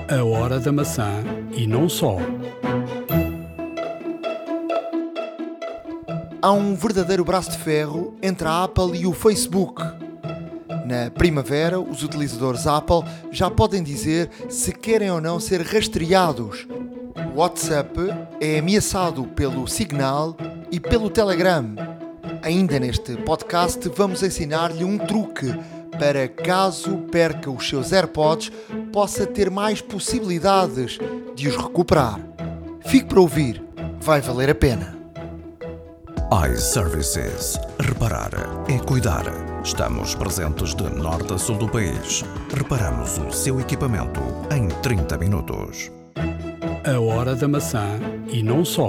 A hora da maçã e não só. Há um verdadeiro braço de ferro entre a Apple e o Facebook. Na primavera, os utilizadores Apple já podem dizer se querem ou não ser rastreados. O WhatsApp é ameaçado pelo Signal e pelo Telegram. Ainda neste podcast vamos ensinar-lhe um truque para, caso perca os seus AirPods, possa ter mais possibilidades de os recuperar. Fique para ouvir, vai valer a pena. iServices. Reparar é cuidar. Estamos presentes de norte a sul do país. Reparamos o seu equipamento em 30 minutos. A hora da maçã e não só.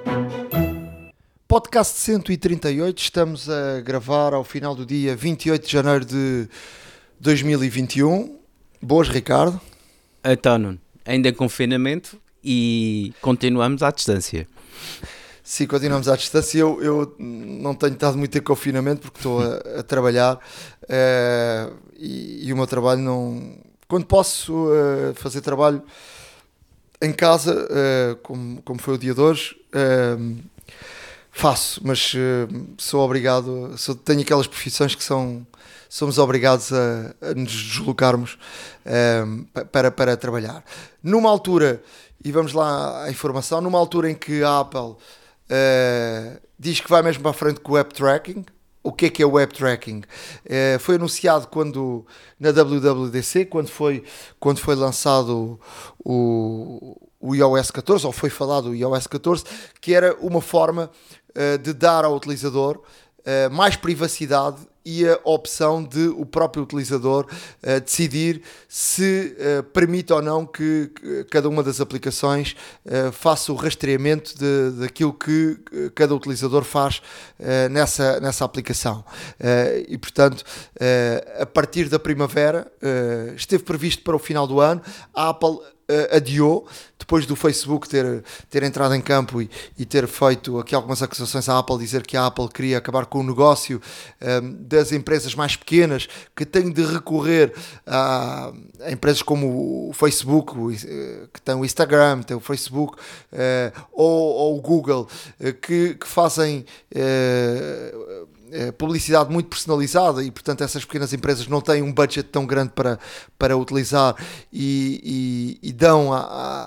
Podcast 138, estamos a gravar ao final do dia 28 de janeiro de 2021. Boas, Ricardo? Então, Nuno, ainda em confinamento e continuamos à distância. Sim, continuamos à distância. Eu não tenho estado muito em confinamento porque estou a trabalhar e o meu trabalho não... Quando posso fazer trabalho em casa, como foi o dia de hoje, faço, mas sou obrigado, tenho aquelas profissões que somos obrigados a nos deslocarmos para trabalhar. Numa altura, e vamos lá à informação, numa altura em que a Apple diz que vai mesmo para a frente com o Web Tracking. O que é o Web Tracking? Foi anunciado na WWDC, quando foi lançado o iOS 14, ou foi falado o iOS 14, que era uma forma de dar ao utilizador mais privacidade e a opção de o próprio utilizador decidir se permite ou não que cada uma das aplicações faça o rastreamento daquilo que cada utilizador faz nessa aplicação. E, portanto, a partir da primavera, esteve previsto para o final do ano, a Apple adiou, depois do Facebook ter entrado em campo e ter feito aqui algumas acusações à Apple, dizer que a Apple queria acabar com o negócio das empresas mais pequenas que têm de recorrer a empresas como o Facebook, que tem o Instagram, tem o Facebook, ou o Google, que fazem publicidade muito personalizada e, portanto, essas pequenas empresas não têm um budget tão grande para utilizar e dão a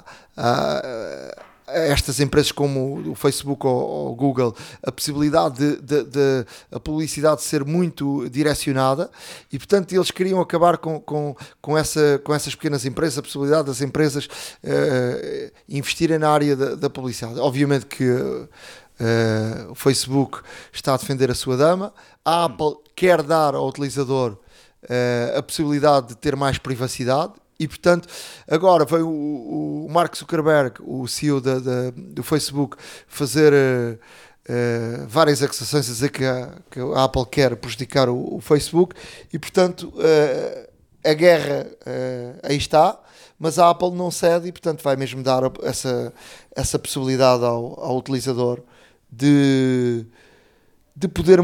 estas empresas como o Facebook ou o Google a possibilidade de a publicidade ser muito direcionada e, portanto, eles queriam acabar com essas pequenas empresas, a possibilidade das empresas investirem na área da publicidade. Obviamente que o Facebook está a defender a sua dama, a Apple quer dar ao utilizador a possibilidade de ter mais privacidade e, portanto, agora veio o Mark Zuckerberg, o CEO do Facebook, fazer várias acusações a dizer que a Apple quer prejudicar o Facebook e, portanto, a guerra aí está, mas a Apple não cede e, portanto, vai mesmo dar essa possibilidade ao utilizador de poder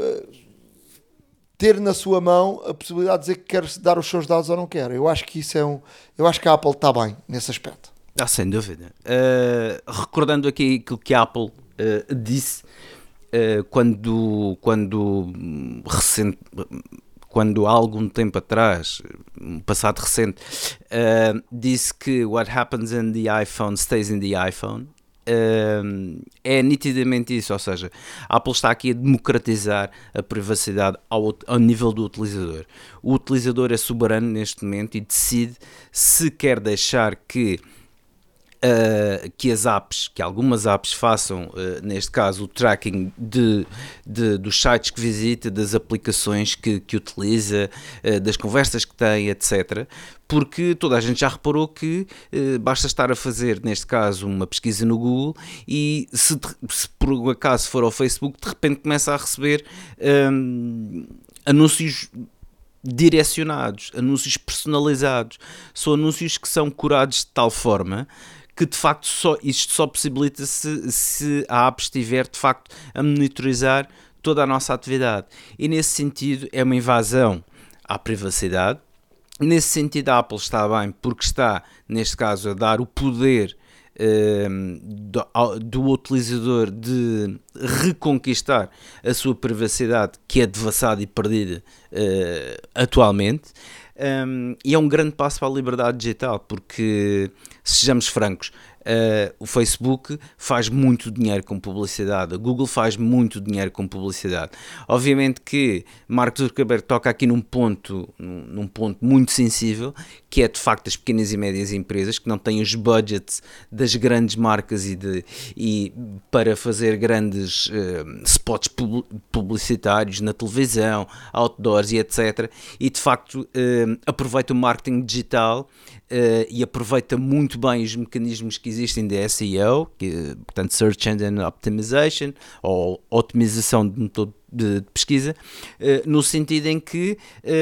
ter na sua mão a possibilidade de dizer que quer dar os seus dados ou não quer. Eu acho que eu acho que a Apple está bem nesse aspecto. Sem dúvida. Recordando aqui aquilo que a Apple disse quando há algum tempo atrás, um passado recente, disse que what happens in the iPhone stays in the iPhone. É nitidamente isso, ou seja, a Apple está aqui a democratizar a privacidade ao nível do utilizador. O utilizador é soberano neste momento e decide se quer deixar que algumas apps façam, neste caso, o tracking dos sites que visita, das aplicações que utiliza, das conversas que tem, etc. Porque toda a gente já reparou que basta estar a fazer, neste caso, uma pesquisa no Google e se por acaso for ao Facebook, de repente começa a receber anúncios direcionados, anúncios personalizados. São anúncios que são curados de tal forma que, de facto, isto só possibilita se a app estiver, de facto, a monitorizar toda a nossa atividade. E, nesse sentido, é uma invasão à privacidade, Nesse sentido, a Apple está bem, porque está, neste caso, a dar o poder do utilizador de reconquistar a sua privacidade, que é devassada e perdida atualmente. E é um grande passo para a liberdade digital, porque, sejamos francos, o Facebook faz muito dinheiro com publicidade, a Google faz muito dinheiro com publicidade. Obviamente que Mark Zuckerberg toca aqui num ponto muito sensível, que é de facto as pequenas e médias empresas que não têm os budgets das grandes marcas e para fazer grandes spots publicitários na televisão, outdoors e etc. E de facto aproveita o marketing digital e aproveita muito bem os mecanismos que existem de SEO, portanto Search Engine Optimization, ou otimização de motor de pesquisa, no sentido em que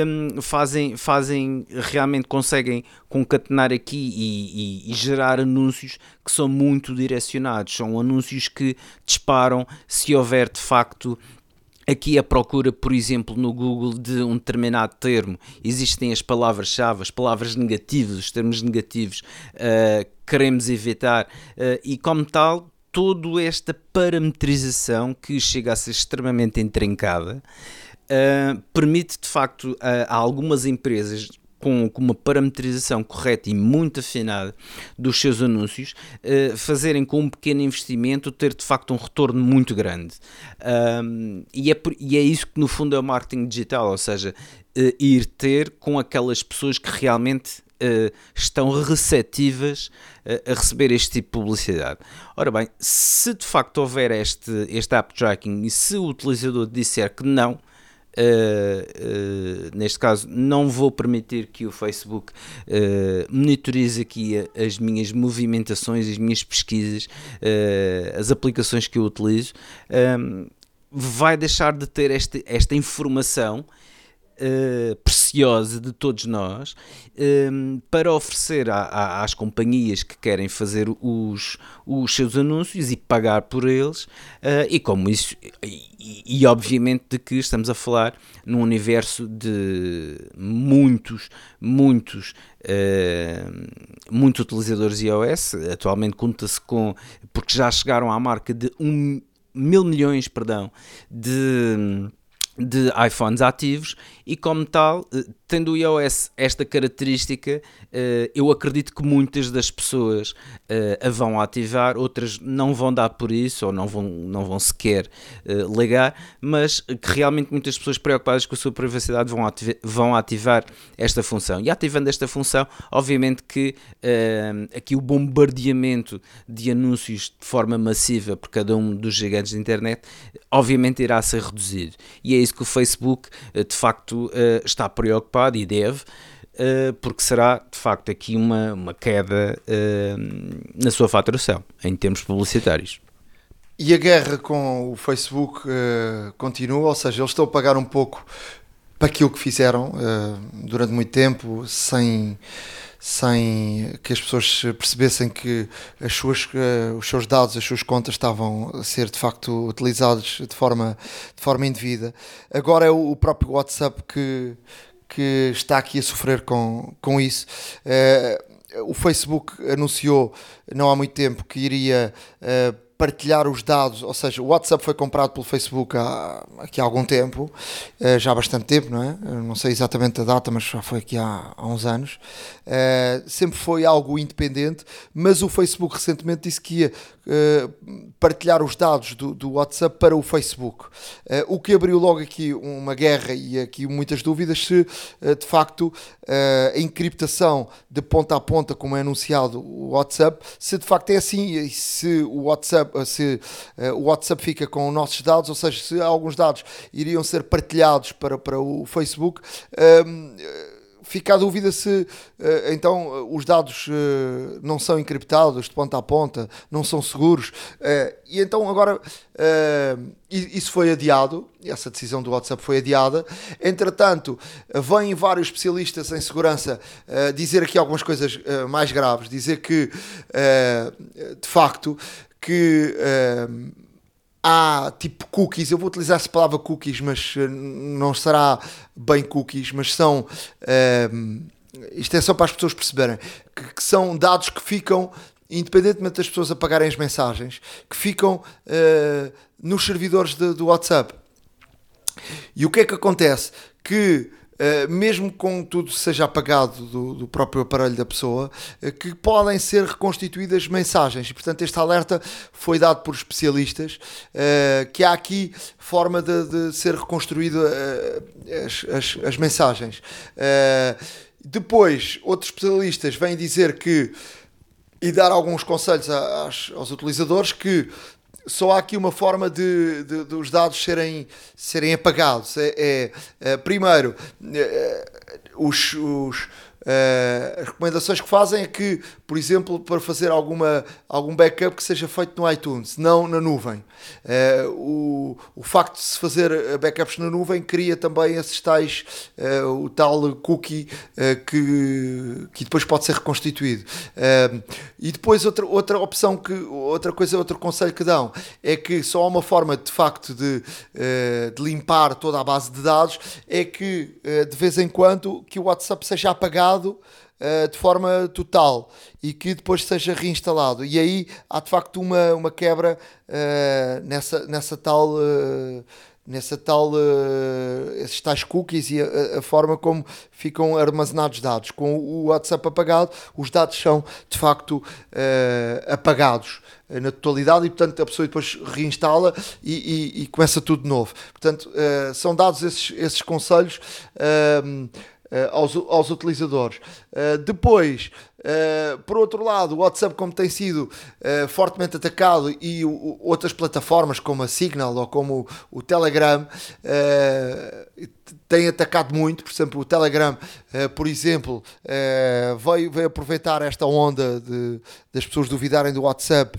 realmente conseguem concatenar aqui e gerar anúncios que são muito direcionados, são anúncios que disparam se houver de facto aqui a procura, por exemplo, no Google de um determinado termo. Existem as palavras-chave, as palavras negativas, os termos negativos que queremos evitar e como tal, toda esta parametrização que chega a ser extremamente intrincada permite de facto a algumas empresas com uma parametrização correta e muito afinada dos seus anúncios, fazerem com um pequeno investimento ter de facto um retorno muito grande. E é isso que no fundo é o marketing digital, ou seja, ir ter com aquelas pessoas que realmente estão receptivas a receber este tipo de publicidade. Ora bem, se de facto houver este app tracking e se o utilizador disser que não, neste caso não vou permitir que o Facebook monitorize aqui as minhas movimentações, as minhas pesquisas, as aplicações que eu utilizo, vai deixar de ter esta informação preciosa de todos nós para oferecer às companhias que querem fazer os seus anúncios e pagar por eles, e como isso e obviamente de que estamos a falar num universo de muitos utilizadores iOS. Atualmente conta-se porque já chegaram à marca de 1.000 milhões de iPhones ativos, e como tal, tendo o iOS esta característica, eu acredito que muitas das pessoas a vão ativar, outras não vão dar por isso, ou não vão sequer ligar, mas que realmente muitas pessoas preocupadas com a sua privacidade vão ativar esta função. E ativando esta função, obviamente que aqui o bombardeamento de anúncios de forma massiva por cada um dos gigantes de internet, obviamente irá ser reduzido. E é isso que o Facebook de facto está preocupado e deve, porque será de facto aqui uma queda na sua faturação em termos publicitários. E a guerra com o Facebook continua, ou seja, eles estão a pagar um pouco para aquilo que fizeram durante muito tempo, sem que as pessoas percebessem que os seus dados, as suas contas estavam a ser de facto utilizados de forma indevida. Agora é o próprio WhatsApp que está aqui a sofrer com isso. O Facebook anunciou não há muito tempo que iria partilhar os dados, ou seja, o WhatsApp foi comprado pelo Facebook aqui há algum tempo, já há bastante tempo, não é? Eu não sei exatamente a data, mas já foi aqui há uns anos. Sempre foi algo independente, mas o Facebook recentemente disse que ia partilhar os dados do WhatsApp para o Facebook, o que abriu logo aqui uma guerra e aqui muitas dúvidas se de facto a encriptação de ponta a ponta, como é anunciado o WhatsApp, se de facto é assim, e se o WhatsApp fica com os nossos dados, ou seja, se alguns dados iriam ser partilhados para o Facebook. Fica a dúvida se então os dados não são encriptados de ponta a ponta, não são seguros, e então agora isso foi adiado, essa decisão do WhatsApp foi adiada. Entretanto, vêm vários especialistas em segurança dizer aqui algumas coisas mais graves, dizer que de facto que há tipo cookies, eu vou utilizar essa palavra cookies, mas não será bem cookies, mas são isto é só para as pessoas perceberem, que são dados que ficam, independentemente das pessoas apagarem as mensagens, que ficam nos servidores do WhatsApp. E o que é que acontece? Que mesmo com tudo seja apagado do próprio aparelho da pessoa, que podem ser reconstituídas mensagens, e portanto este alerta foi dado por especialistas, que há aqui forma de ser reconstruído as mensagens. Depois, outros especialistas vêm dizer e dar alguns conselhos aos utilizadores, que só há aqui uma forma de os dados serem apagados. Primeiro, as recomendações que fazem é que, por exemplo, para fazer algum backup, que seja feito no iTunes, não na nuvem. O facto de se fazer backups na nuvem cria também esses tais, o tal cookie que depois pode ser reconstituído. E depois outra opção, outro conselho que dão é que só há uma forma de facto de limpar toda a base de dados, é que de vez em quando que o WhatsApp seja apagado de forma total e que depois seja reinstalado, e aí há de facto uma quebra nessa tal esses tais cookies e a forma como ficam armazenados dados. Com o WhatsApp apagado, os dados são de facto apagados na totalidade, e portanto a pessoa depois reinstala e começa tudo de novo. Portanto, são dados esses conselhos aos utilizadores. Depois, por outro lado, o WhatsApp, como tem sido fortemente atacado, e outras plataformas como a Signal ou como o Telegram têm atacado muito. Por exemplo, o Telegram, por exemplo, veio aproveitar esta onda das pessoas duvidarem do WhatsApp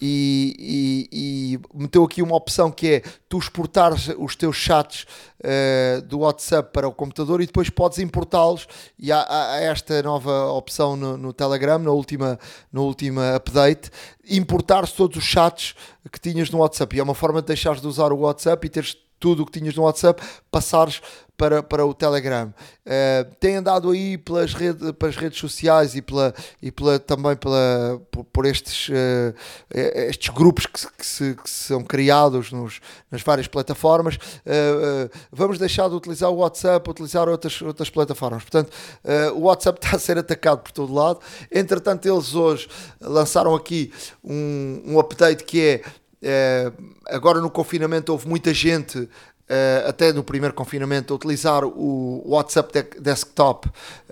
e meteu aqui uma opção que é tu exportares os teus chats do WhatsApp para o computador e depois podes importá-los, e há esta nova opção no Telegram, na última update, importar-se todos os chats que tinhas no WhatsApp, e é uma forma de deixares de usar o WhatsApp e teres tudo o que tinhas no WhatsApp, passares para o Telegram. Tem andado aí pelas redes sociais e também por estes grupos que são criados nas várias plataformas. Vamos deixar de utilizar o WhatsApp, utilizar outras plataformas. Portanto, o WhatsApp está a ser atacado por todo lado. Entretanto, eles hoje lançaram aqui um update que agora no confinamento houve muita gente, até no primeiro confinamento, a utilizar o WhatsApp Desktop,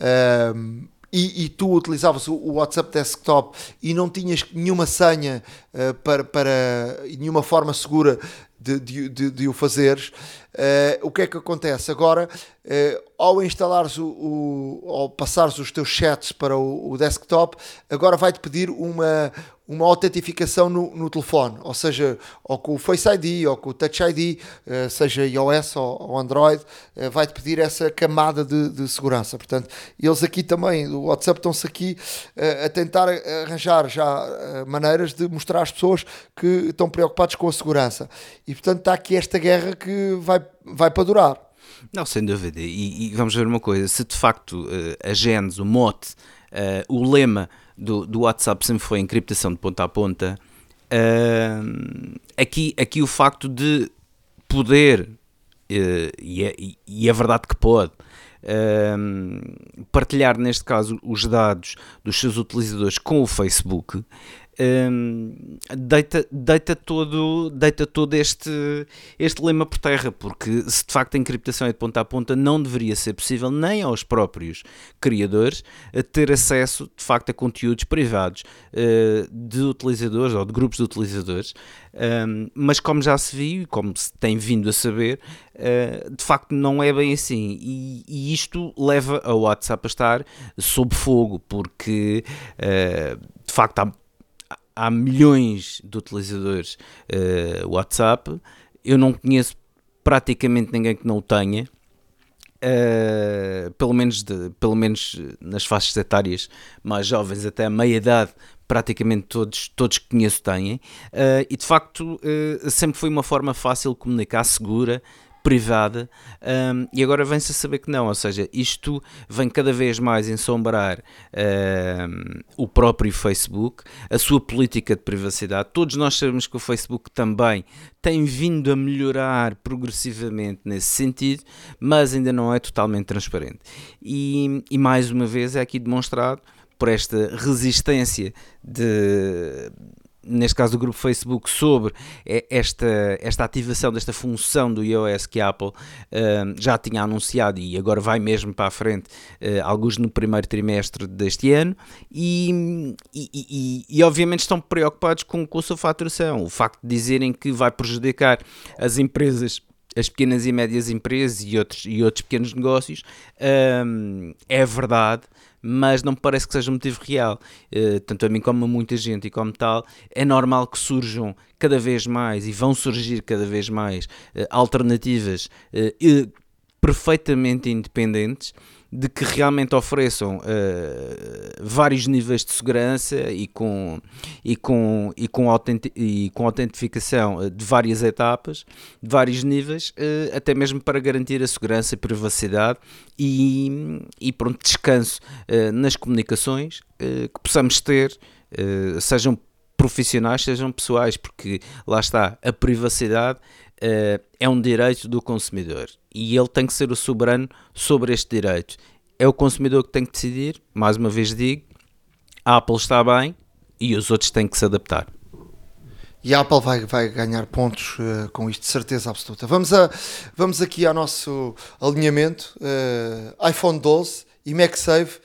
e tu utilizavas o WhatsApp Desktop e não tinhas nenhuma senha e nenhuma forma segura de o fazeres. O que é que acontece? Agora, ao instalares ao passares os teus chats para o desktop, agora vai-te pedir uma autentificação no telefone, ou seja, ou com o Face ID ou com o Touch ID, seja iOS ou Android, vai-te pedir essa camada de segurança. Portanto, eles aqui também, o WhatsApp, estão-se aqui a tentar arranjar já maneiras de mostrar às pessoas que estão preocupados com a segurança. E portanto está aqui esta guerra que vai para durar. Não, sem dúvida. E vamos ver uma coisa: se de facto a gênese, o mote, o lema do WhatsApp sempre foi a encriptação de ponta a ponta, aqui o facto de poder, e é verdade que pode, partilhar neste caso os dados dos seus utilizadores com o Facebook, deita todo este lema por terra, porque se de facto a encriptação é de ponta a ponta, não deveria ser possível nem aos próprios criadores ter acesso de facto a conteúdos privados de utilizadores ou de grupos de utilizadores, mas como já se viu e como se tem vindo a saber, de facto não é bem assim, e isto leva a WhatsApp a estar sob fogo, porque de facto há milhões de utilizadores WhatsApp. Eu não conheço praticamente ninguém que não o tenha, pelo menos nas faixas etárias mais jovens até a meia idade, praticamente todos que conheço têm, e de facto sempre foi uma forma fácil de comunicar, segura, privada, e agora vem-se a saber que não, ou seja, isto vem cada vez mais ensombrar o próprio Facebook, a sua política de privacidade. Todos nós sabemos que o Facebook também tem vindo a melhorar progressivamente nesse sentido, mas ainda não é totalmente transparente. E mais uma vez é aqui demonstrado por esta resistência neste caso do grupo Facebook, sobre esta ativação desta função do iOS que a Apple já tinha anunciado e agora vai mesmo para a frente, alguns no primeiro trimestre deste ano, e obviamente estão preocupados com a sua faturação. O facto de dizerem que vai prejudicar as empresas, as pequenas e médias empresas e outros pequenos negócios, é verdade, mas não me parece que seja um motivo real. Tanto a mim como a muita gente e como tal, é normal que surjam cada vez mais e vão surgir cada vez mais alternativas perfeitamente independentes, de que realmente ofereçam vários níveis de segurança e com autentificação de várias etapas, de vários níveis, até mesmo para garantir a segurança e privacidade e pronto, descanso nas comunicações que possamos ter, sejam profissionais, sejam pessoais, porque lá está, a privacidade é um direito do consumidor e ele tem que ser o soberano sobre este direito. É o consumidor que tem que decidir. Mais uma vez digo, a Apple está bem e os outros têm que se adaptar. E a Apple vai ganhar pontos com isto, de certeza absoluta. Vamos aqui ao nosso alinhamento. iPhone 12 e MagSafe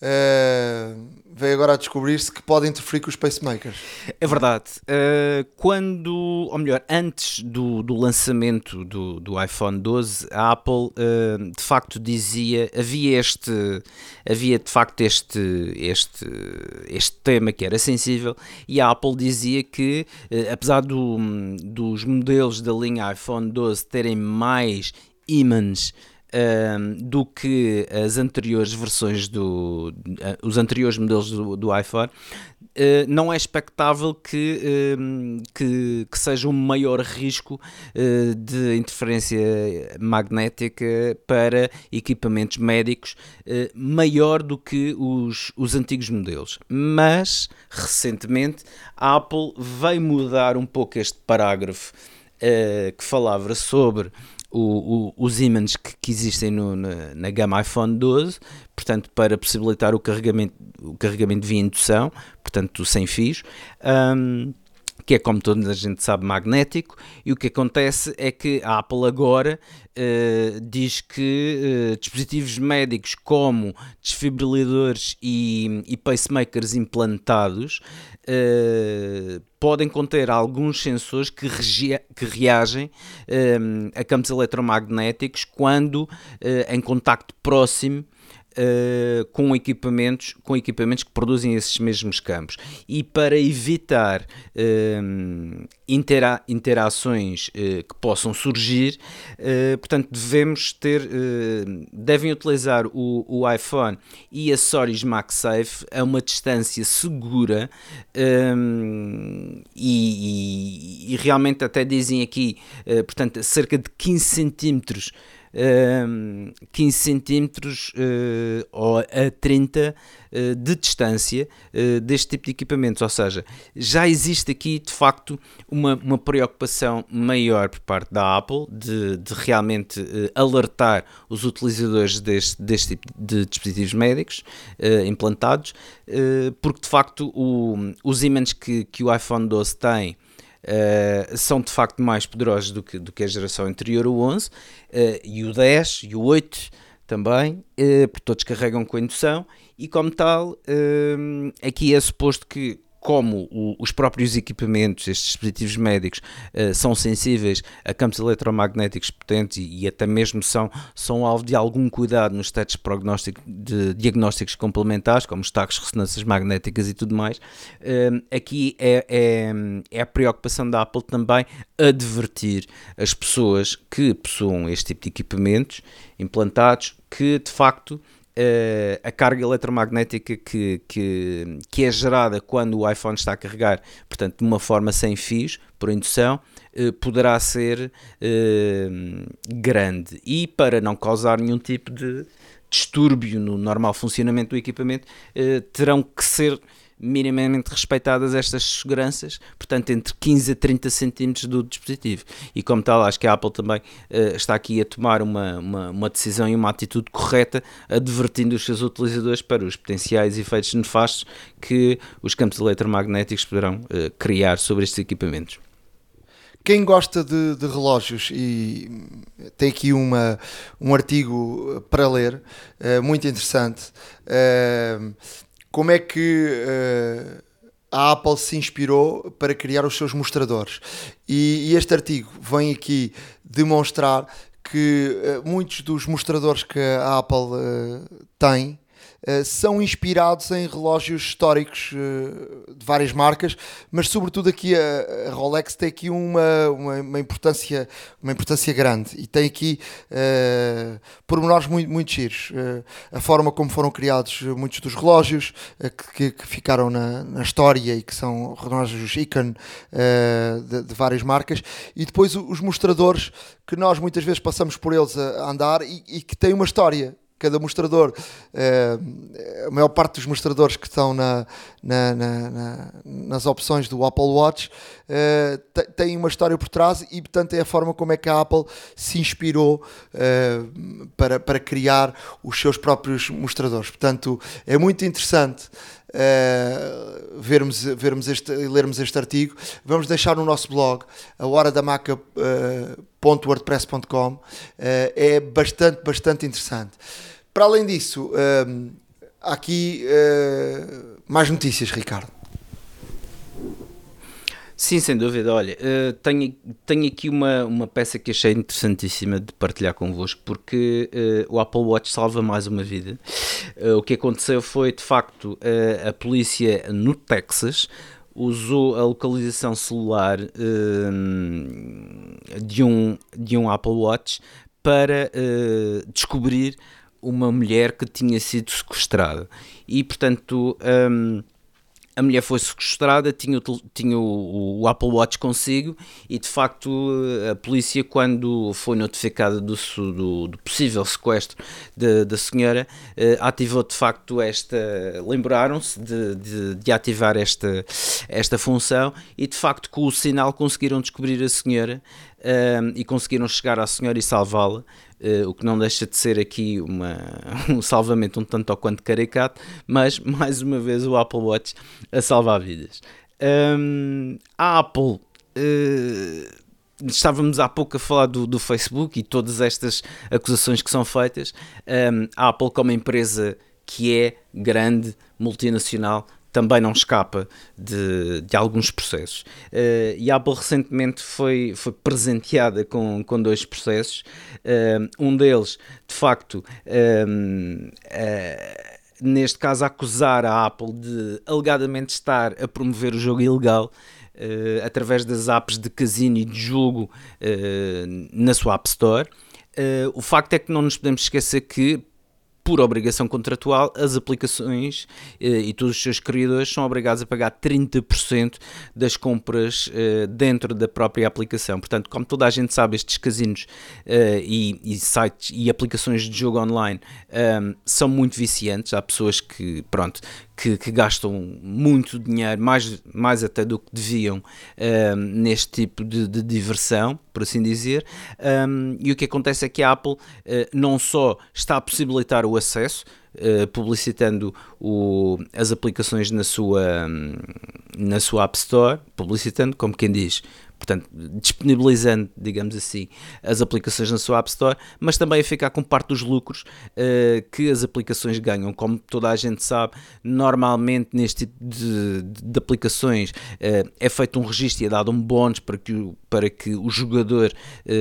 veio agora a descobrir-se que podem interferir com os pacemakers. É verdade. Ou melhor, antes do lançamento do iPhone 12, a Apple de facto dizia, havia de facto este tema que era sensível, e a Apple dizia que apesar dos modelos da linha iPhone 12 terem mais ímãs do que as anteriores versões os anteriores modelos do iPhone, não é expectável que seja um maior risco de interferência magnética para equipamentos médicos maior do que os antigos modelos. Mas, recentemente, a Apple veio mudar um pouco este parágrafo que falava sobre os ímãs que existem na gama iPhone 12, portanto, para possibilitar o carregamento via indução, portanto, sem fios, que é, como toda a gente sabe, magnético. E o que acontece é que a Apple agora diz que dispositivos médicos como desfibriladores e pacemakers implantados podem conter alguns sensores que reagem a campos eletromagnéticos quando em contacto próximo com equipamentos que produzem esses mesmos campos. E para evitar interações que possam surgir, portanto devem utilizar o iPhone e acessórios MagSafe a uma distância segura, e realmente até dizem aqui, portanto, cerca de 15 centímetros 15 centímetros ou a 30 de distância deste tipo de equipamentos, ou seja, já existe aqui de facto uma preocupação maior por parte da Apple de realmente alertar os utilizadores deste tipo de dispositivos médicos implantados, porque de facto os ímãs que o iPhone 12 tem são de facto mais poderosos do que a geração anterior, o 11, e o 10 e o 8 também, porque todos carregam com indução, e como tal, aqui é suposto que, como os próprios equipamentos, estes dispositivos médicos, são sensíveis a campos eletromagnéticos potentes e até mesmo são alvo de algum cuidado nos testes de diagnósticos complementares, como os taques, ressonâncias magnéticas e tudo mais, aqui é a preocupação da Apple também advertir as pessoas que possuam este tipo de equipamentos implantados, que de facto a carga eletromagnética que é gerada quando o iPhone está a carregar, portanto, de uma forma sem fios, por indução, poderá ser grande. E para não causar nenhum tipo de distúrbio no normal funcionamento do equipamento, terão que ser minimamente respeitadas estas seguranças, portanto entre 15 a 30 centímetros do dispositivo, e como tal acho que a Apple também está aqui a tomar uma decisão e uma atitude correta, advertindo os seus utilizadores para os potenciais efeitos nefastos que os campos eletromagnéticos poderão criar sobre estes equipamentos. Quem gosta de relógios e tem aqui um artigo para ler, muito interessante, como é que a Apple se inspirou para criar os seus mostradores. E este artigo vem aqui demonstrar que muitos dos mostradores que a Apple tem são inspirados em relógios históricos de várias marcas, mas sobretudo aqui a Rolex tem aqui uma importância grande, e tem aqui pormenores muito giros, a forma como foram criados muitos dos relógios que ficaram na história e que são relógios ícone de várias marcas, e depois os mostradores que nós muitas vezes passamos por eles a andar e que têm uma história. Cada mostrador, a maior parte dos mostradores que estão nas opções do Apple Watch tem uma história por trás, e portanto é a forma como é que a Apple se inspirou para criar os seus próprios mostradores. Portanto, é muito interessante lermos este artigo. Vamos deixar no nosso blog, a horadamaca.wordpress.com. É bastante interessante. Para além disso, há aqui mais notícias, Ricardo. Sim, sem dúvida. Olha, tenho aqui uma peça que achei interessantíssima de partilhar convosco, porque o Apple Watch salva mais uma vida. O que aconteceu foi, de facto, a polícia no Texas usou a localização celular de um Apple Watch para descobrir uma mulher que tinha sido sequestrada. E, portanto, a mulher foi sequestrada, tinha o Apple Watch consigo, e de facto a polícia, quando foi notificada do possível sequestro da senhora, ativou de facto lembraram-se de ativar esta função, e de facto com o sinal conseguiram descobrir a senhora e conseguiram chegar à senhora e salvá-la. O que não deixa de ser aqui um salvamento um tanto ou quanto caricato, mas mais uma vez o Apple Watch a salvar vidas. A Apple, estávamos há pouco a falar do Facebook e todas estas acusações que são feitas. A Apple, como empresa que é grande, multinacional, também não escapa de alguns processos. E a Apple recentemente foi presenteada com 2 processos. Um deles, de facto, neste caso, acusar a Apple de alegadamente estar a promover o jogo ilegal através das apps de casino e de jogo na sua App Store. O facto é que não nos podemos esquecer que, por obrigação contratual, as aplicações e todos os seus criadores são obrigados a pagar 30% das compras dentro da própria aplicação. Portanto, como toda a gente sabe, estes casinos e sites e aplicações de jogo online são muito viciantes. Há pessoas que gastam muito dinheiro, mais até do que deviam, neste tipo de diversão, por assim dizer. E o que acontece é que a Apple não só está a possibilitar o acesso, publicitando as aplicações na sua App Store, publicitando, como quem diz, portanto, disponibilizando, digamos assim, as aplicações na sua App Store, mas também a ficar com parte dos lucros que as aplicações ganham. Como toda a gente sabe, normalmente neste tipo de aplicações é feito um registro e é dado um bónus para que o jogador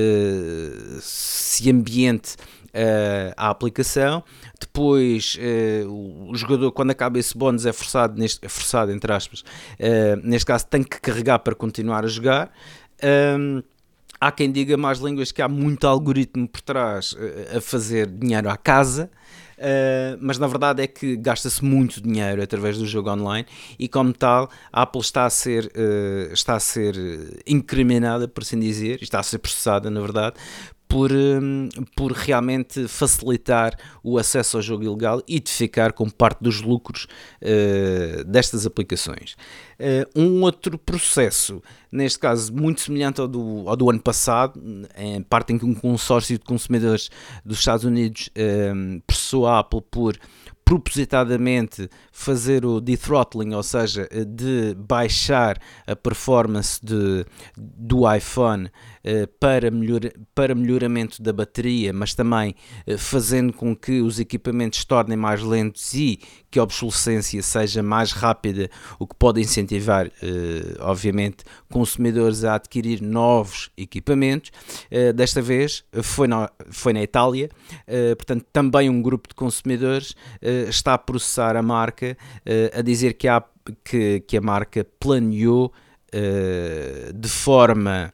se ambiente à aplicação. Depois o jogador, quando acaba esse bónus, é forçado, entre aspas, neste caso tem que carregar para continuar a jogar. Há quem diga mais línguas que há muito algoritmo por trás a fazer dinheiro à casa, mas na verdade é que gasta-se muito dinheiro através do jogo online e como tal a Apple está a ser incriminada, por assim dizer, está a ser processada na verdade, por realmente facilitar o acesso ao jogo ilegal e de ficar com parte dos lucros destas aplicações. Um outro processo, neste caso muito semelhante ao do ano passado, em parte em que um consórcio de consumidores dos Estados Unidos processou a Apple por propositadamente fazer o de-throttling, ou seja, de baixar a performance do iPhone para melhoramento da bateria, mas também fazendo com que os equipamentos se tornem mais lentos e que a obsolescência seja mais rápida, o que pode incentivar, obviamente, consumidores a adquirir novos equipamentos. Desta vez foi na Itália, portanto também um grupo de consumidores está a processar a marca, a dizer que a marca planeou de forma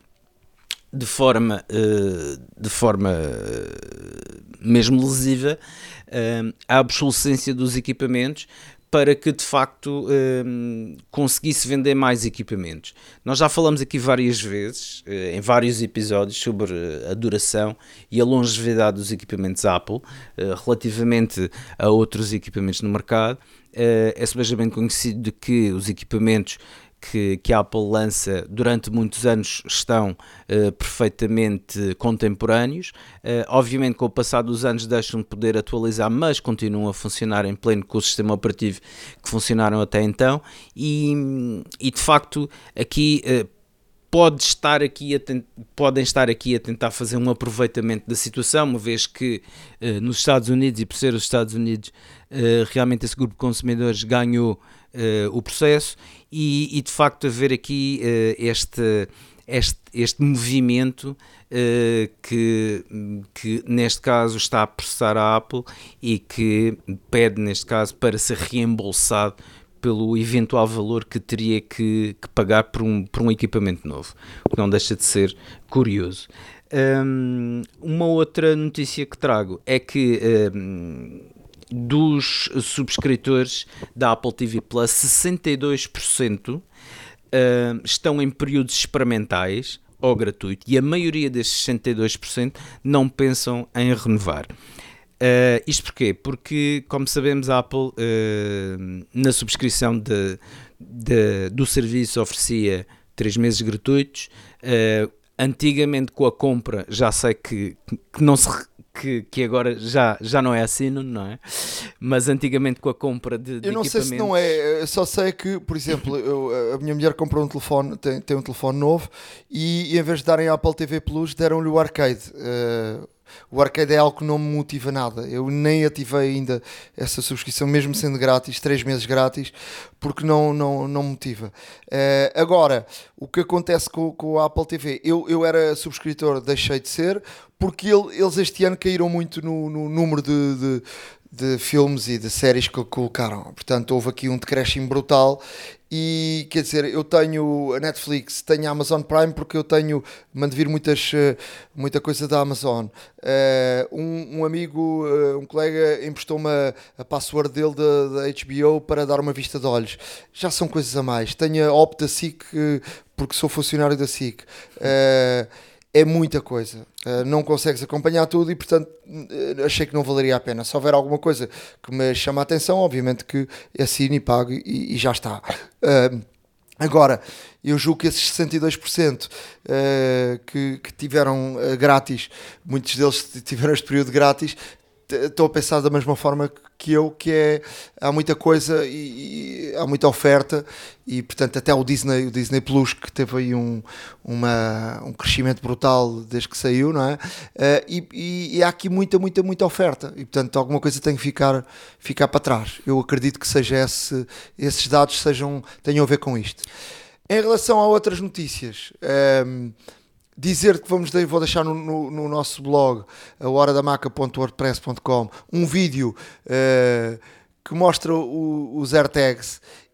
mesmo lesiva a obsolescência dos equipamentos para que de facto conseguisse vender mais equipamentos. Nós já falamos aqui várias vezes, em vários episódios, sobre a duração e a longevidade dos equipamentos Apple relativamente a outros equipamentos no mercado. É bem conhecido que os equipamentos que a Apple lança durante muitos anos estão perfeitamente contemporâneos. Obviamente, com o passar dos anos deixam de poder atualizar, mas continuam a funcionar em pleno com o sistema operativo que funcionaram até então. E de facto, aqui podem estar aqui a tentar fazer um aproveitamento da situação, uma vez que nos Estados Unidos, e por ser os Estados Unidos, realmente esse grupo de consumidores ganhou o processo e de facto haver aqui este movimento que neste caso está a processar a Apple e que pede neste caso para ser reembolsado pelo eventual valor que teria que pagar por um equipamento novo, o que não deixa de ser curioso. Uma outra notícia que trago é que dos subscritores da Apple TV Plus, 62% estão em períodos experimentais ou gratuito, e a maioria desses 62% não pensam em renovar. Isto porquê? Porque, como sabemos, a Apple na subscrição do serviço oferecia 3 meses gratuitos. Antigamente, com a compra, já sei que não se... Que agora já não é assim, não é? Mas antigamente com a compra de eu não equipamentos... sei se não é, eu só sei que, por exemplo, a minha mulher comprou um telefone, tem um telefone novo, e em vez de darem a Apple TV Plus, deram-lhe o Arcade. O Arcade é algo que não me motiva nada. Eu nem ativei ainda essa subscrição, mesmo sendo grátis, 3 meses grátis, porque não me motiva. Agora, o que acontece com a Apple TV? Eu era subscritor, deixei de ser, porque eles este ano caíram muito no número de filmes e de séries que colocaram. Portanto, houve aqui um decréscimo brutal. E quer dizer, eu tenho a Netflix, tenho a Amazon Prime, porque eu mando vir muita coisa da Amazon. Um amigo, um colega, emprestou-me a password dele da HBO para dar uma vista de olhos. Já são coisas a mais. Tenho a Opt da SIC, porque sou funcionário da SIC. É muita coisa, não consegues acompanhar tudo e, portanto, achei que não valeria a pena. Se houver alguma coisa que me chama a atenção, obviamente que assino e pago e já está. Agora, eu julgo que esses 62% que tiveram grátis, muitos deles tiveram este período grátis, estou a pensar da mesma forma que eu, que é, há muita coisa e há muita oferta, e portanto até o Disney Plus, que teve aí um crescimento brutal desde que saiu, não é? E há aqui muita oferta, e portanto alguma coisa tem que ficar para trás. Eu acredito que seja esses dados tenham a ver com isto. Em relação a outras notícias, dizer que vou deixar no nosso blog, ahoradamaca.wordpress.com, um vídeo que mostra os AirTags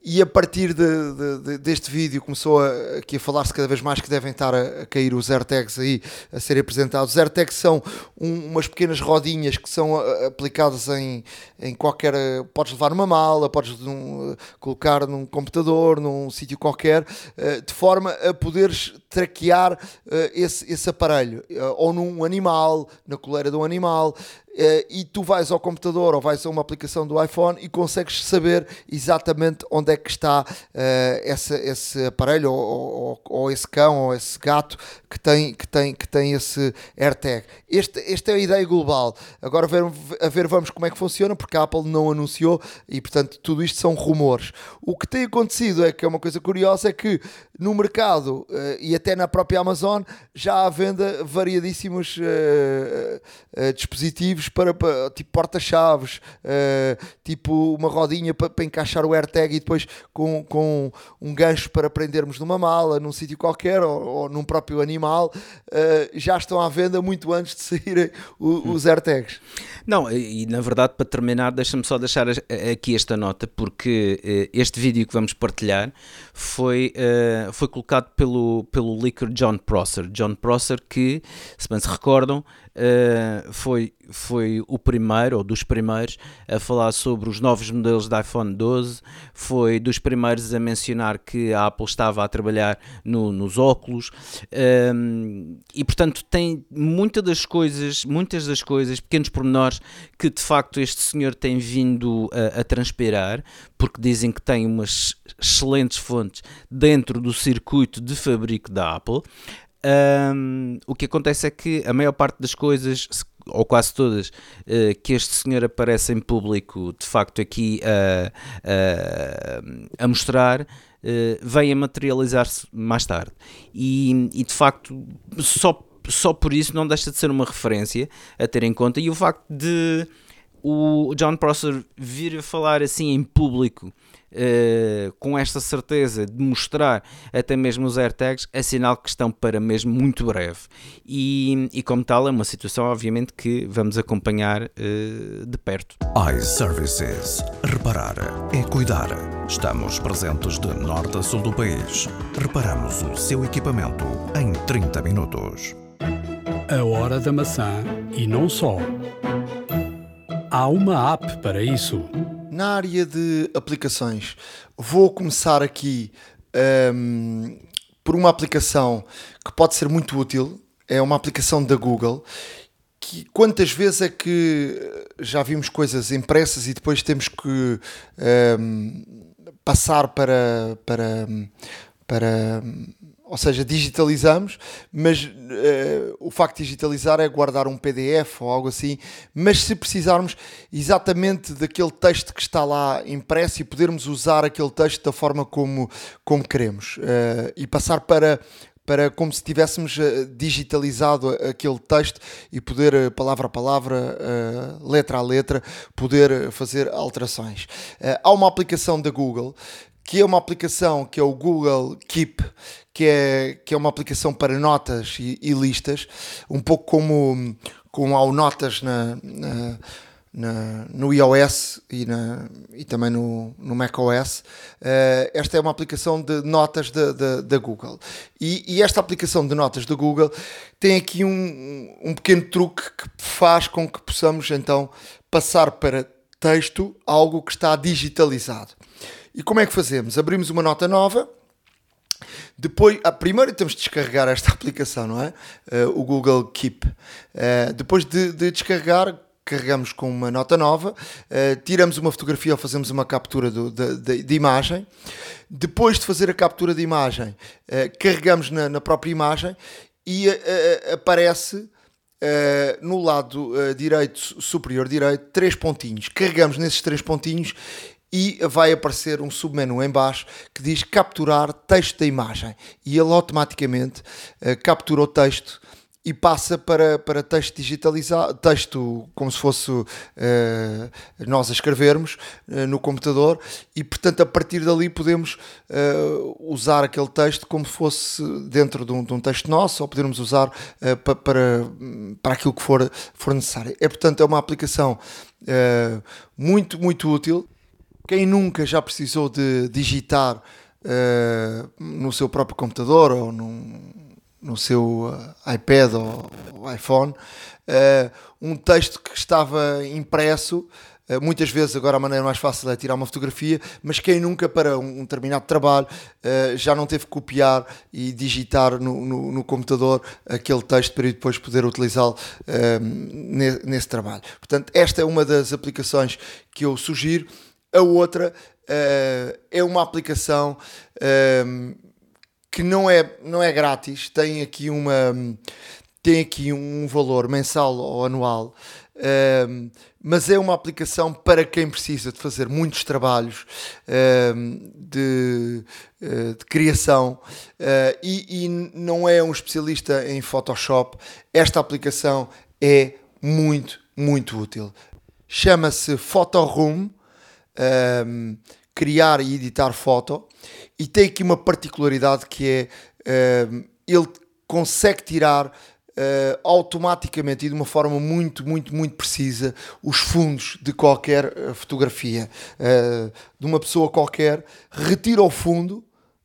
e a partir deste vídeo começou aqui a falar-se cada vez mais que devem estar a cair os AirTags aí, a serem apresentados. Os AirTags são umas pequenas rodinhas que são aplicadas em qualquer... Podes levar numa mala, podes colocar num computador, num sítio qualquer, de forma a poderes traquear esse aparelho, ou num animal, na coleira de um animal, e tu vais ao computador ou vais a uma aplicação do iPhone e consegues saber exatamente onde é que está esse aparelho ou esse cão ou esse gato que tem esse AirTag. Esta é a ideia global. Agora vamos como é que funciona, porque a Apple não anunciou e portanto tudo isto são rumores. O que tem acontecido é que é uma coisa curiosa, é que no mercado e até na própria Amazon já há à venda variadíssimos dispositivos para tipo porta-chaves, tipo uma rodinha para encaixar o AirTag e depois com um gancho para prendermos numa mala, num sítio qualquer ou num próprio animal. Já estão à venda muito antes de saírem os AirTags. Não, e na verdade, para terminar, deixa-me só deixar aqui esta nota, porque este vídeo que vamos partilhar foi colocado pelo leaker Jon Prosser. Jon Prosser, que, se bem se recordam, foi o primeiro, ou dos primeiros, a falar sobre os novos modelos de iPhone 12, foi dos primeiros a mencionar que a Apple estava a trabalhar nos óculos, e portanto tem muitas das coisas, pequenos pormenores que de facto este senhor tem vindo a transpirar, porque dizem que tem umas excelentes fontes dentro do circuito de fabrico da Apple. O que acontece é que a maior parte das coisas, ou quase todas, que este senhor aparece em público de facto aqui a mostrar, vem a materializar-se mais tarde, e de facto só por isso não deixa de ser uma referência a ter em conta. E o facto de o Jon Prosser vir a falar assim em público, com esta certeza de mostrar até mesmo os AirTags, é sinal que estão para mesmo muito breve, e como tal é uma situação obviamente que vamos acompanhar de perto. iServices. Reparar é cuidar. Estamos presentes de norte a sul do país. Reparamos o seu equipamento em 30 minutos. A hora da maçã e não só. Há uma app para isso. Na área de aplicações, vou começar aqui por uma aplicação que pode ser muito útil. É uma aplicação da Google. Que quantas vezes é que já vimos coisas impressas e depois temos que passar para ou seja, digitalizamos, mas o facto de digitalizar é guardar um PDF ou algo assim, mas se precisarmos exatamente daquele texto que está lá impresso e podermos usar aquele texto da forma como queremos, e passar para como se tivéssemos digitalizado aquele texto e poder, palavra a palavra, letra a letra, poder fazer alterações. Há uma aplicação da Google, que é uma aplicação que é o Google Keep, que é uma aplicação para notas e listas, um pouco como há o Notas no iOS e também no macOS. Esta é uma aplicação de notas da Google. E esta aplicação de notas da Google tem aqui um pequeno truque que faz com que possamos então passar para texto algo que está digitalizado. E como é que fazemos? Abrimos uma nota nova. Depois, primeiro temos de descarregar esta aplicação, não é? O Google Keep. Depois de descarregar, carregamos com uma nota nova, tiramos uma fotografia ou fazemos uma captura de imagem. Depois de fazer a captura de imagem, carregamos na própria imagem e aparece no lado superior direito 3 pontinhos. Carregamos nesses 3 pontinhos e vai aparecer um submenu em baixo que diz capturar texto da imagem, e ele automaticamente captura o texto e passa para texto digitalizado, texto como se fosse nós a escrevermos no computador, e portanto a partir dali podemos usar aquele texto como se fosse dentro de um texto nosso, ou podermos usar para aquilo que for necessário. Portanto é uma aplicação muito, muito útil. Quem nunca já precisou de digitar no seu próprio computador ou no seu iPad ou iPhone um texto que estava impresso? Muitas vezes agora a maneira mais fácil é tirar uma fotografia, mas quem nunca para um determinado trabalho já não teve que copiar e digitar no computador aquele texto para depois poder utilizá-lo nesse trabalho. Portanto, esta é uma das aplicações que eu sugiro. A outra é uma aplicação que não é grátis, tem aqui um valor mensal ou anual, mas é uma aplicação para quem precisa de fazer muitos trabalhos de criação e não é um especialista em Photoshop. Esta aplicação é muito, muito útil. Chama-se Photoroom, criar e editar foto, e tem aqui uma particularidade que é ele consegue tirar automaticamente e de uma forma muito, muito, muito precisa os fundos de qualquer fotografia de uma pessoa qualquer, retira o fundo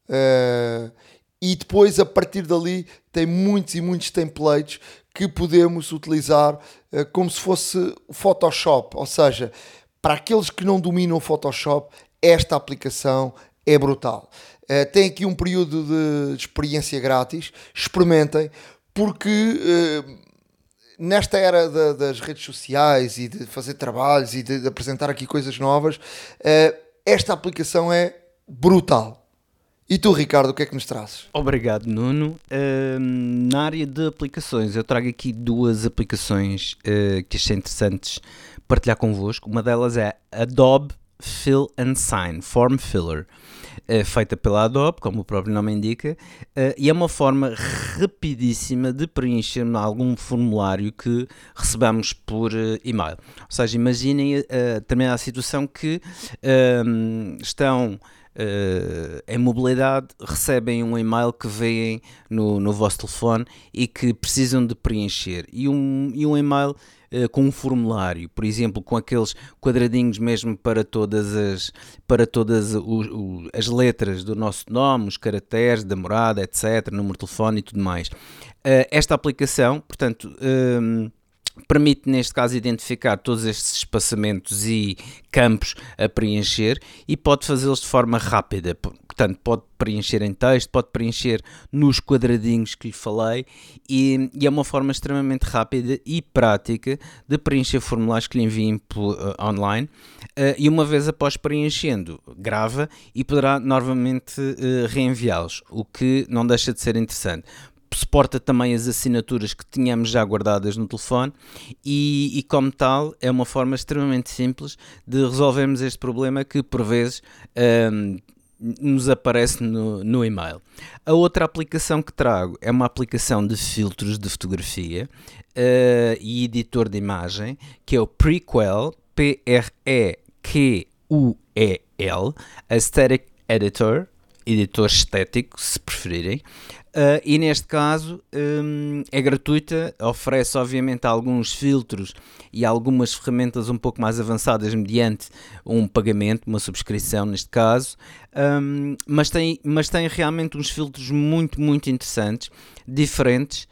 e depois a partir dali tem muitos e muitos templates que podemos utilizar como se fosse Photoshop, ou seja, para aqueles que não dominam o Photoshop, esta aplicação é brutal. Tem aqui um período de experiência grátis, experimentem, porque nesta era das redes sociais e de fazer trabalhos e de apresentar aqui coisas novas, esta aplicação é brutal. E tu, Ricardo, o que é que nos trazes? Obrigado, Nuno. Na área de aplicações, eu trago aqui duas aplicações que achei interessantes partilhar convosco. Uma delas é Adobe Fill and Sign, Form Filler, feita pela Adobe, como o próprio nome indica, e é uma forma rapidíssima de preencher algum formulário que recebamos por e-mail. Ou seja, imaginem também a situação que estão em mobilidade, recebem um e-mail que vem no vosso telefone e que precisam de preencher, e um e-mail com um formulário, por exemplo, com aqueles quadradinhos mesmo para todas as letras do nosso nome, os caracteres da morada, etc., número de telefone e tudo mais. Esta aplicação, portanto, permite neste caso identificar todos estes espaçamentos e campos a preencher e pode fazê-los de forma rápida. Portanto, pode preencher em texto, pode preencher nos quadradinhos que lhe falei e é uma forma extremamente rápida e prática de preencher formulários que lhe enviem online, e uma vez após preenchendo, grava e poderá novamente reenviá-los, o que não deixa de ser interessante. Suporta também as assinaturas que tínhamos já guardadas no telefone e como tal é uma forma extremamente simples de resolvermos este problema que por vezes nos aparece no e-mail. A outra aplicação que trago é uma aplicação de filtros de fotografia e editor de imagem, que é o Prequel, Prequel, Aesthetic Editor, editor estético, se preferirem. E neste caso é gratuita, oferece obviamente alguns filtros e algumas ferramentas um pouco mais avançadas mediante um pagamento, uma subscrição neste caso, mas tem realmente uns filtros muito, muito interessantes, diferentes.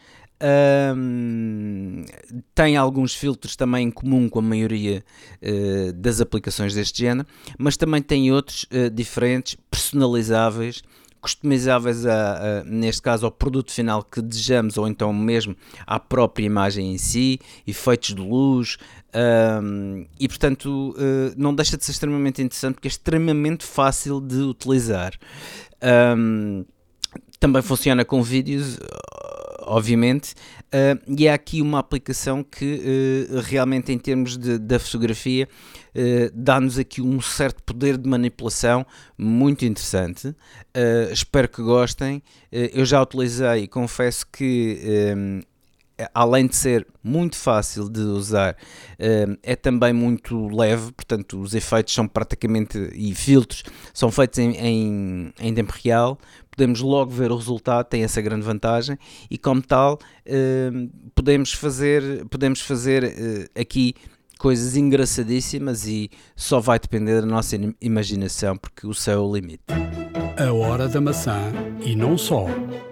Tem alguns filtros também em comum com a maioria das aplicações deste género, mas também tem outros diferentes, personalizáveis, customizáveis neste caso ao produto final que desejamos, ou então mesmo à própria imagem em si, efeitos de luz, e portanto não deixa de ser extremamente interessante porque é extremamente fácil de utilizar. Também funciona com vídeos, obviamente, e há aqui uma aplicação que realmente em termos da fotografia dá-nos aqui um certo poder de manipulação muito interessante. Espero que gostem. Eu já utilizei e confesso que além de ser muito fácil de usar, é também muito leve, portanto os efeitos são praticamente, e filtros são feitos em tempo real, podemos logo ver o resultado, tem essa grande vantagem, e como tal podemos fazer aqui coisas engraçadíssimas e só vai depender da nossa imaginação, porque o céu é o limite. A hora da maçã e não só.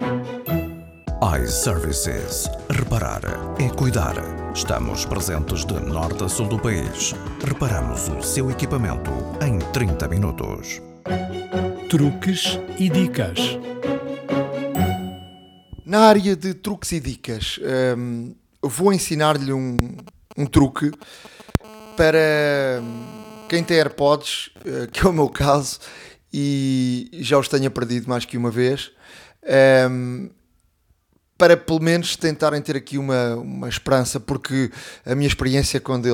iServices. Reparar é cuidar. Estamos presentes de norte a sul do país. Reparamos o seu equipamento em 30 minutos. Truques e dicas. Na área de truques e dicas, vou ensinar-lhe um truque para quem tem AirPods, que é o meu caso, e já os tenha perdido mais que uma vez, para pelo menos tentarem ter aqui uma esperança, porque a minha experiência quando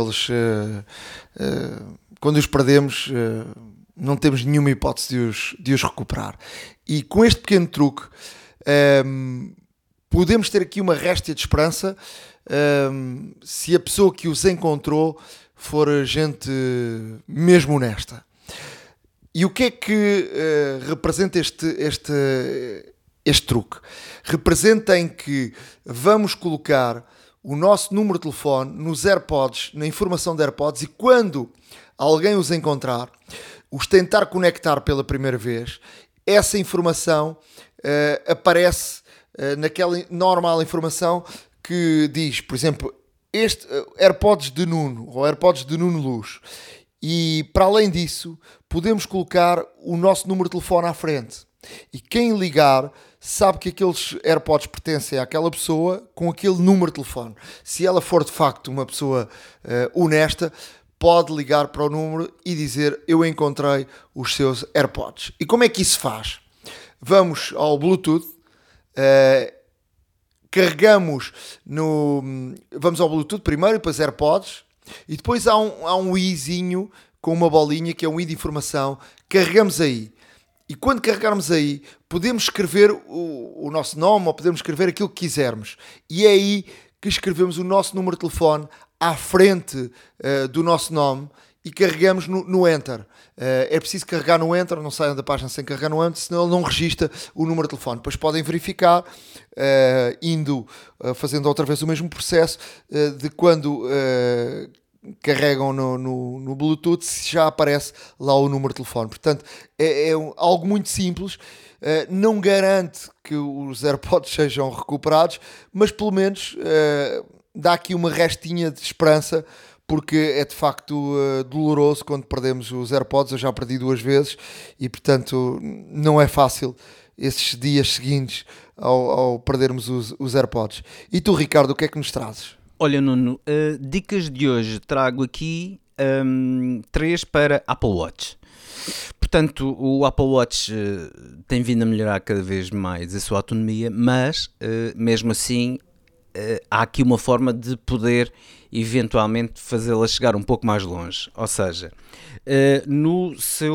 os perdemos, não temos nenhuma hipótese de os recuperar. E com este pequeno truque, podemos ter aqui uma réstia de esperança, se a pessoa que os encontrou for gente mesmo honesta. E o que é que representa este truque? Representa em que vamos colocar o nosso número de telefone nos AirPods, na informação de AirPods, e quando alguém os encontrar, os tentar conectar pela primeira vez, essa informação aparece naquela normal informação que diz, por exemplo, este AirPods de Nuno, ou AirPods de Nuno Luz. E para além disso, podemos colocar o nosso número de telefone à frente. E quem ligar sabe que aqueles AirPods pertencem àquela pessoa com aquele número de telefone. Se ela for de facto uma pessoa honesta, pode ligar para o número e dizer: eu encontrei os seus AirPods. E como é que isso faz? Vamos ao Bluetooth, vamos ao Bluetooth primeiro, depois AirPods, e depois há um izinho com uma bolinha que é um i de informação. Carregamos aí. E quando carregarmos aí, podemos escrever o nosso nome, ou podemos escrever aquilo que quisermos. E é aí que escrevemos o nosso número de telefone à frente do nosso nome e carregamos no Enter. É preciso carregar no Enter, não saiam da página sem carregar no Enter, senão ele não registra o número de telefone. Depois podem verificar, fazendo outra vez o mesmo processo, de quando carregam no Bluetooth, se já aparece lá o número de telefone. Portanto, é algo muito simples. Não garante que os AirPods sejam recuperados, mas pelo menos dá aqui uma restinha de esperança, porque é de facto doloroso quando perdemos os AirPods. Eu já perdi 2 vezes e, portanto, não é fácil esses dias seguintes ao perdermos os AirPods. E tu, Ricardo, o que é que nos trazes? Olha, Nuno, dicas de hoje trago aqui 3 para Apple Watch. Portanto, o Apple Watch tem vindo a melhorar cada vez mais a sua autonomia, mas mesmo assim há aqui uma forma de poder eventualmente fazê-la chegar um pouco mais longe. Ou seja, no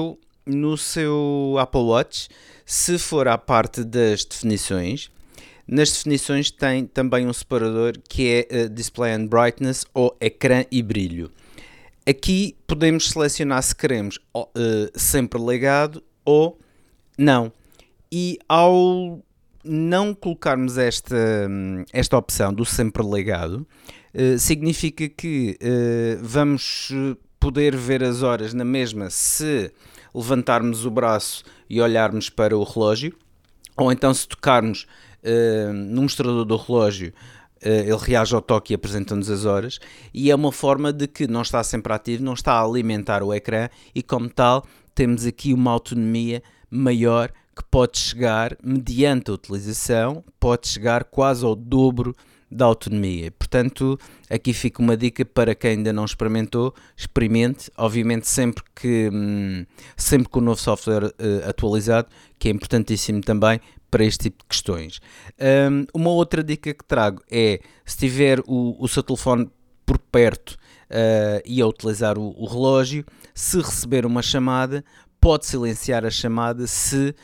seu Apple Watch, se for à parte das definições, nas definições tem também um separador que é Display and Brightness, ou ecrã e brilho. Aqui podemos selecionar se queremos sempre ligado ou não. E ao não colocarmos esta opção do sempre ligado, significa que vamos poder ver as horas na mesma se levantarmos o braço e olharmos para o relógio, ou então se tocarmos no mostrador do relógio, ele reage ao toque e apresenta-nos as horas, e é uma forma de que não está sempre ativo, não está a alimentar o ecrã, e como tal temos aqui uma autonomia maior que pode chegar, mediante a utilização, pode chegar quase ao dobro da autonomia. Portanto, aqui fica uma dica para quem ainda não experimentou: experimente, obviamente sempre que o novo software atualizado, que é importantíssimo também para este tipo de questões. Uma outra dica que trago é, se tiver o seu telefone por perto e a utilizar o relógio, se receber uma chamada, pode silenciar a chamada se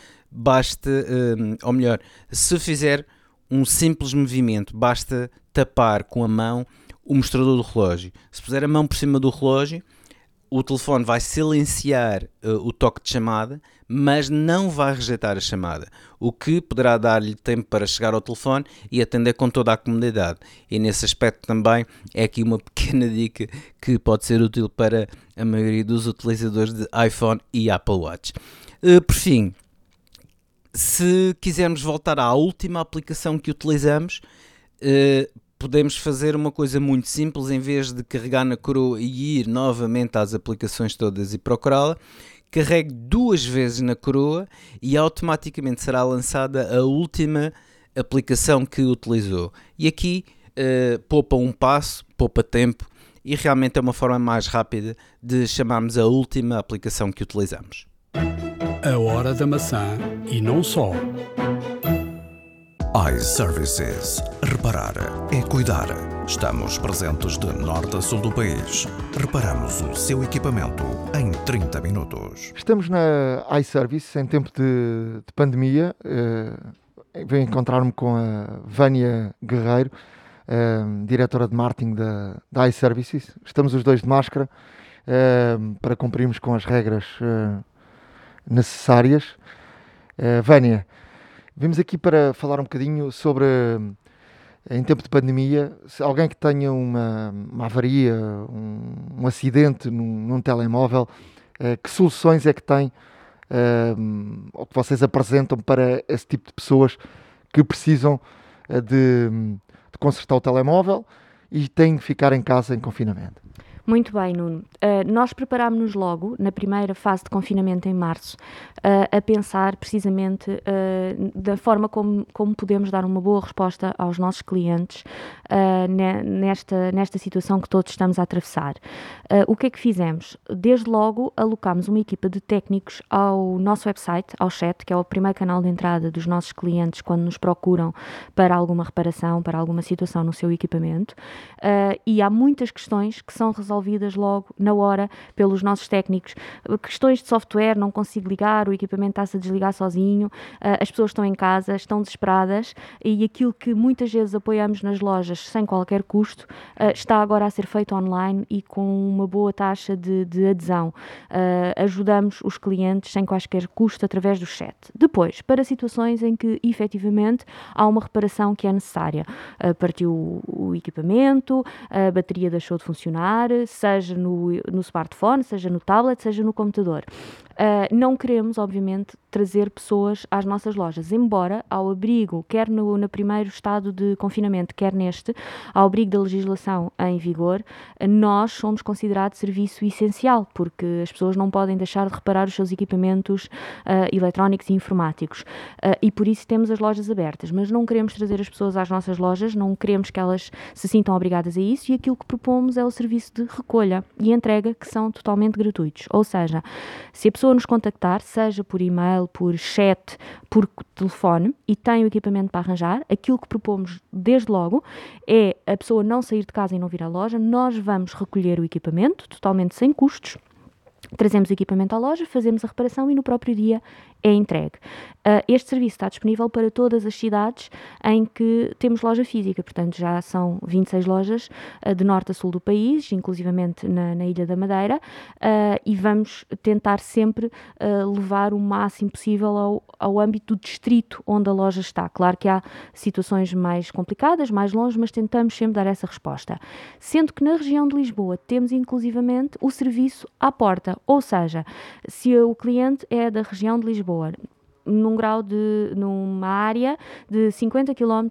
fizer um simples movimento, basta tapar com a mão o mostrador do relógio. Se puser a mão por cima do relógio, o telefone vai silenciar o toque de chamada, mas não vai rejeitar a chamada, o que poderá dar-lhe tempo para chegar ao telefone e atender com toda a comodidade. E nesse aspecto também é aqui uma pequena dica que pode ser útil para a maioria dos utilizadores de iPhone e Apple Watch. Por fim, se quisermos voltar à última aplicação que utilizamos, podemos fazer uma coisa muito simples. Em vez de carregar na coroa e ir novamente às aplicações todas e procurá-la, carregue 2 vezes na coroa e automaticamente será lançada a última aplicação que utilizou. E aqui poupa um passo, poupa tempo e realmente é uma forma mais rápida de chamarmos a última aplicação que utilizamos. A Hora da Maçã e não só. iServices. Reparar é cuidar. Estamos presentes de norte a sul do país. Reparamos o seu equipamento em 30 minutos. Estamos na iService em tempo de pandemia. Venho encontrar-me com a Vânia Guerreiro, diretora de marketing da iServices. Estamos os dois de máscara para cumprirmos com as regras necessárias. Vânia, vimos aqui para falar um bocadinho sobre, em tempo de pandemia, se alguém que tenha uma avaria, um acidente num telemóvel, que soluções é que tem, ou que vocês apresentam para esse tipo de pessoas que precisam de consertar o telemóvel e têm que ficar em casa em confinamento? Muito bem, Nuno. Nós preparámos-nos logo, na primeira fase de confinamento em março, a pensar precisamente da forma como podemos dar uma boa resposta aos nossos clientes nesta situação que todos estamos a atravessar. O que é que fizemos? Desde logo alocámos uma equipa de técnicos ao nosso website, ao chat, que é o primeiro canal de entrada dos nossos clientes quando nos procuram para alguma reparação, para alguma situação no seu equipamento, e há muitas questões que são resolvidas logo na hora pelos nossos técnicos. Questões de software, não consigo ligar, o equipamento está-se a desligar sozinho, as pessoas estão em casa, estão desesperadas e aquilo que muitas vezes apoiamos nas lojas sem qualquer custo está agora a ser feito online e com uma boa taxa de adesão. Ajudamos os clientes sem quaisquer custo através do chat. Depois, para situações em que efetivamente há uma reparação que é necessária, partiu o equipamento, a bateria deixou de funcionar, seja no smartphone, seja no tablet, seja no computador. Não queremos, obviamente, trazer pessoas às nossas lojas, embora ao abrigo, quer no primeiro estado de confinamento, quer neste, ao abrigo da legislação em vigor, nós somos considerados serviço essencial, porque as pessoas não podem deixar de reparar os seus equipamentos eletrónicos e informáticos. E por isso temos as lojas abertas, mas não queremos trazer as pessoas às nossas lojas, não queremos que elas se sintam obrigadas a isso, e aquilo que propomos é o serviço de recolha e entrega, que são totalmente gratuitos. Ou seja, se a pessoa nos contactar, seja por e-mail, por chat, por telefone, e tem o equipamento para arranjar, aquilo que propomos desde logo é a pessoa não sair de casa e não vir à loja, nós vamos recolher o equipamento totalmente sem custos, trazemos o equipamento à loja, fazemos a reparação e no próprio dia é entregue. Este serviço está disponível para todas as cidades em que temos loja física, portanto já são 26 lojas de norte a sul do país, inclusivamente na Ilha da Madeira, e vamos tentar sempre levar o máximo possível ao âmbito do distrito onde a loja está. Claro que há situações mais complicadas, mais longe, mas tentamos sempre dar essa resposta. Sendo que na região de Lisboa temos inclusivamente o serviço à porta, ou seja, se o cliente é da região de Lisboa, numa área de 50 km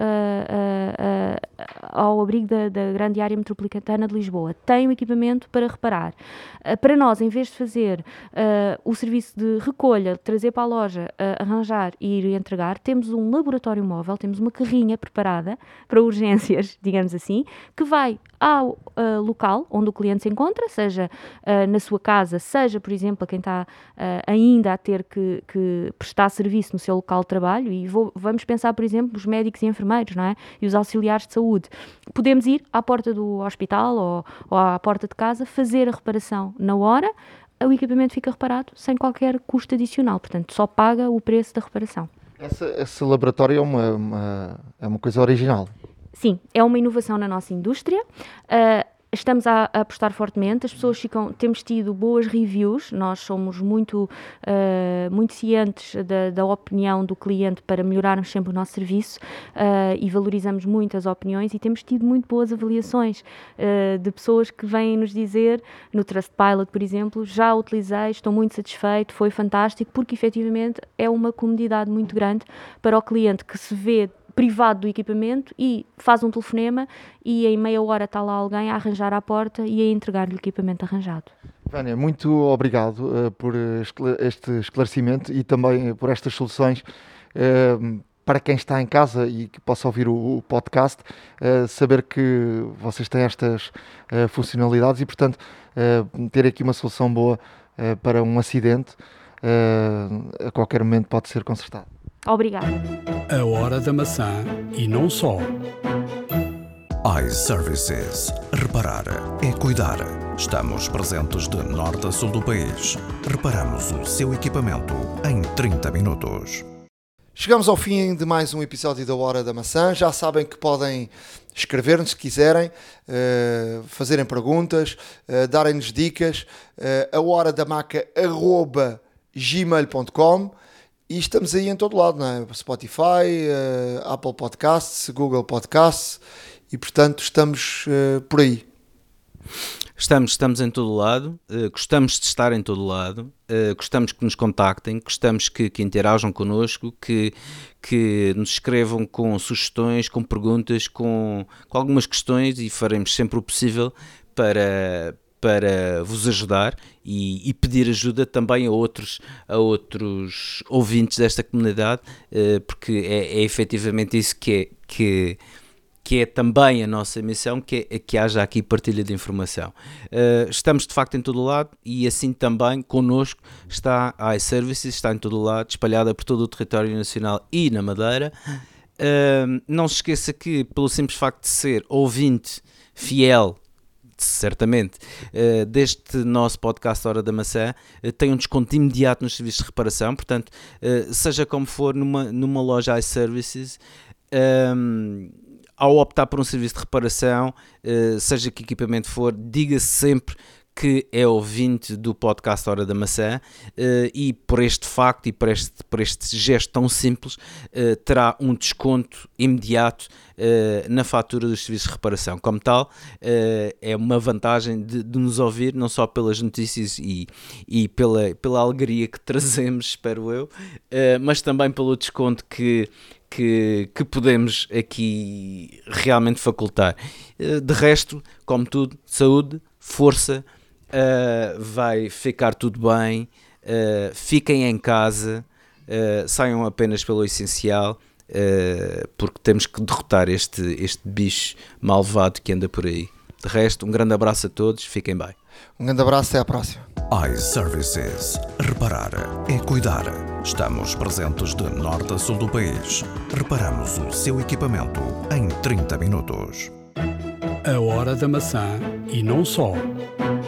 ao abrigo da grande área metropolitana de Lisboa, tem o equipamento para reparar. Para nós, em vez de fazer o serviço de recolha, trazer para a loja, arranjar e ir entregar, temos um laboratório móvel, temos uma carrinha preparada para urgências, digamos assim, que vai ao local onde o cliente se encontra, seja na sua casa, seja, por exemplo, a quem está ainda a ter que prestar serviço no seu local de trabalho, e vamos pensar, por exemplo, os médicos e enfermeiros, não é? E os auxiliares de saúde. Podemos ir à porta do hospital ou à porta de casa, fazer a reparação na hora, o equipamento fica reparado sem qualquer custo adicional, portanto, só paga o preço da reparação. Esse laboratório é uma coisa original. Sim, é uma inovação na nossa indústria. Estamos a apostar fortemente, as pessoas temos tido boas reviews, nós somos muito cientes da opinião do cliente para melhorarmos sempre o nosso serviço e valorizamos muito as opiniões e temos tido muito boas avaliações de pessoas que vêm nos dizer, no Trustpilot, por exemplo, já utilizei, estou muito satisfeito, foi fantástico, porque efetivamente é uma comodidade muito grande para o cliente que se vê privado do equipamento e faz um telefonema e em meia hora está lá alguém a arranjar à porta e a entregar-lhe o equipamento arranjado. Vânia, muito obrigado por este esclarecimento e também por estas soluções para quem está em casa e que possa ouvir o podcast, saber que vocês têm estas funcionalidades e, portanto, ter aqui uma solução boa para um acidente a qualquer momento pode ser consertado. Obrigada. A Hora da Maçã e não só. iServices. Reparar é cuidar. Estamos presentes de norte a sul do país. Reparamos o seu equipamento em 30 minutos. Chegamos ao fim de mais um episódio da Hora da Maçã. Já sabem que podem escrever-nos se quiserem, fazerem perguntas, darem-nos dicas. ahoradamaca@gmail.com. E estamos aí em todo lado, não é? Spotify, Apple Podcasts, Google Podcasts e, portanto, estamos por aí. Estamos em todo lado, gostamos de estar em todo lado, gostamos que nos contactem, gostamos que interajam connosco, que nos escrevam com sugestões, com perguntas, com algumas questões e faremos sempre o possível para vos ajudar e pedir ajuda também a outros ouvintes desta comunidade, porque é efetivamente isso que é também a nossa missão, que é que haja aqui partilha de informação. Estamos de facto em todo o lado e assim também connosco está a iServices, está em todo o lado, espalhada por todo o território nacional e na Madeira. Não se esqueça que, pelo simples facto de ser ouvinte fiel, certamente, deste nosso podcast Hora da Maçã, tem um desconto imediato nos serviços de reparação, portanto, seja como for, numa loja iServices, ao optar por um serviço de reparação, seja que equipamento for, diga-se sempre que é ouvinte do podcast Hora da Maçã e por este facto e por este gesto tão simples terá um desconto imediato na fatura dos serviços de reparação. Como tal, é uma vantagem de nos ouvir, não só pelas notícias e pela alegria que trazemos, espero eu, mas também pelo desconto que podemos aqui realmente facultar. De resto, como tudo, saúde, força, vai ficar tudo bem, fiquem em casa, saiam apenas pelo essencial, porque temos que derrotar este bicho malvado que anda por aí. De resto, um grande abraço a todos, fiquem bem. Um grande abraço, até à próxima. iServices. Reparar é cuidar. Estamos presentes de norte a sul do país. Reparamos o seu equipamento em 30 minutos. A Hora da Maçã e não só.